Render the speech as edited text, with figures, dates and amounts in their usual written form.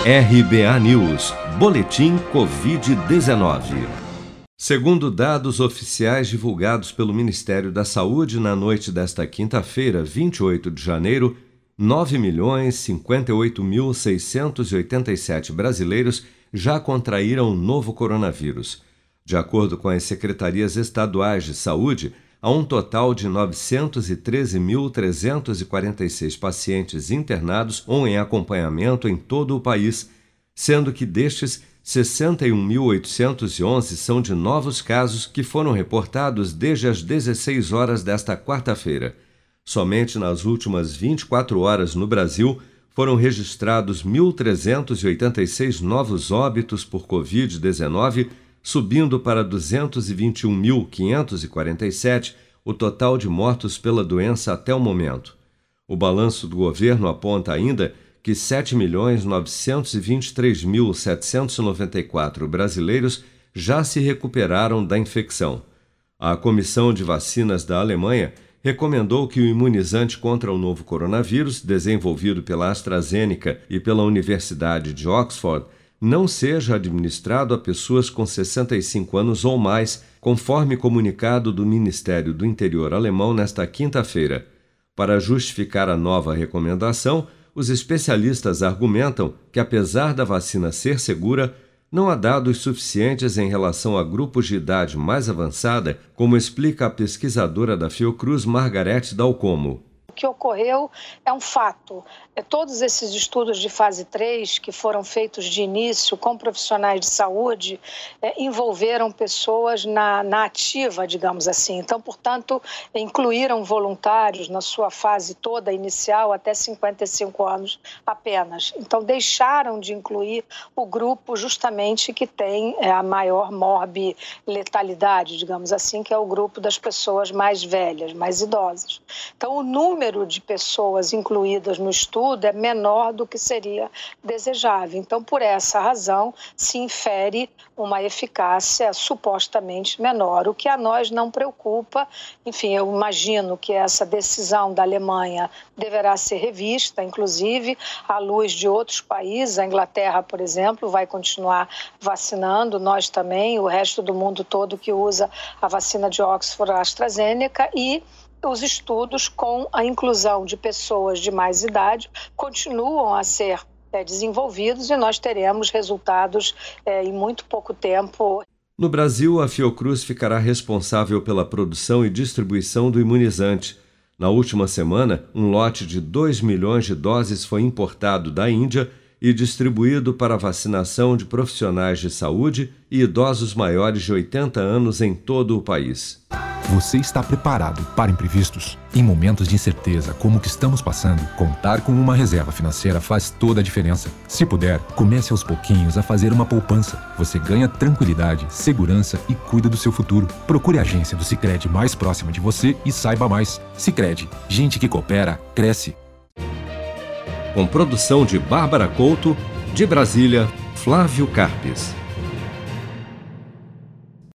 RBA News, Boletim Covid-19. Segundo dados oficiais divulgados pelo Ministério da Saúde na noite desta quinta-feira, 28 de janeiro, 9.058.687 brasileiros já contraíram o novo coronavírus. De acordo com as secretarias estaduais de saúde, há um total de 913.346 pacientes internados ou em acompanhamento em todo o país, sendo que destes, 61.811 são de novos casos que foram reportados desde as 16 horas desta quarta-feira. Somente nas últimas 24 horas no Brasil foram registrados 1.386 novos óbitos por Covid-19, subindo para 221.547 o total de mortos pela doença até o momento. O balanço do governo aponta ainda que 7.923.794 brasileiros já se recuperaram da infecção. A Comissão de Vacinas da Alemanha recomendou que o imunizante contra o novo coronavírus, desenvolvido pela AstraZeneca e pela Universidade de Oxford, não seja administrado a pessoas com 65 anos ou mais, conforme comunicado do Ministério do Interior alemão nesta quinta-feira. Para justificar a nova recomendação, os especialistas argumentam que, apesar da vacina ser segura, não há dados suficientes em relação a grupos de idade mais avançada, como explica a pesquisadora da Fiocruz, Margarete Dalcomo. O que ocorreu é um fato. Todos esses estudos de fase 3, que foram feitos de início com profissionais de saúde, envolveram pessoas na ativa, digamos assim. Então, portanto, incluíram voluntários na sua fase toda inicial até 55 anos apenas. Então, deixaram de incluir o grupo justamente que tem a maior morbi-letalidade, digamos assim, que é o grupo das pessoas mais velhas, mais idosas. Então, o número de pessoas incluídas no estudo é menor do que seria desejável. Então, por essa razão, se infere uma eficácia supostamente menor, o que a nós não preocupa. Enfim, eu imagino que essa decisão da Alemanha deverá ser revista, inclusive à luz de outros países. A Inglaterra, por exemplo, vai continuar vacinando, nós também, o resto do mundo todo que usa a vacina de Oxford, a AstraZeneca, e os estudos com a inclusão de pessoas de mais idade continuam a ser desenvolvidos e nós teremos resultados em muito pouco tempo. No Brasil, a Fiocruz ficará responsável pela produção e distribuição do imunizante. Na última semana, um lote de 2 milhões de doses foi importado da Índia e distribuído para a vacinação de profissionais de saúde e idosos maiores de 80 anos em todo o país. Você está preparado para imprevistos? Em momentos de incerteza como o que estamos passando, contar com uma reserva financeira faz toda a diferença. Se puder, comece aos pouquinhos a fazer uma poupança. Você ganha tranquilidade, segurança e cuida do seu futuro. Procure a agência do Sicredi mais próxima de você e saiba mais. Sicredi, gente que coopera, cresce. Com produção de Bárbara Couto, de Brasília, Flávio Carpes.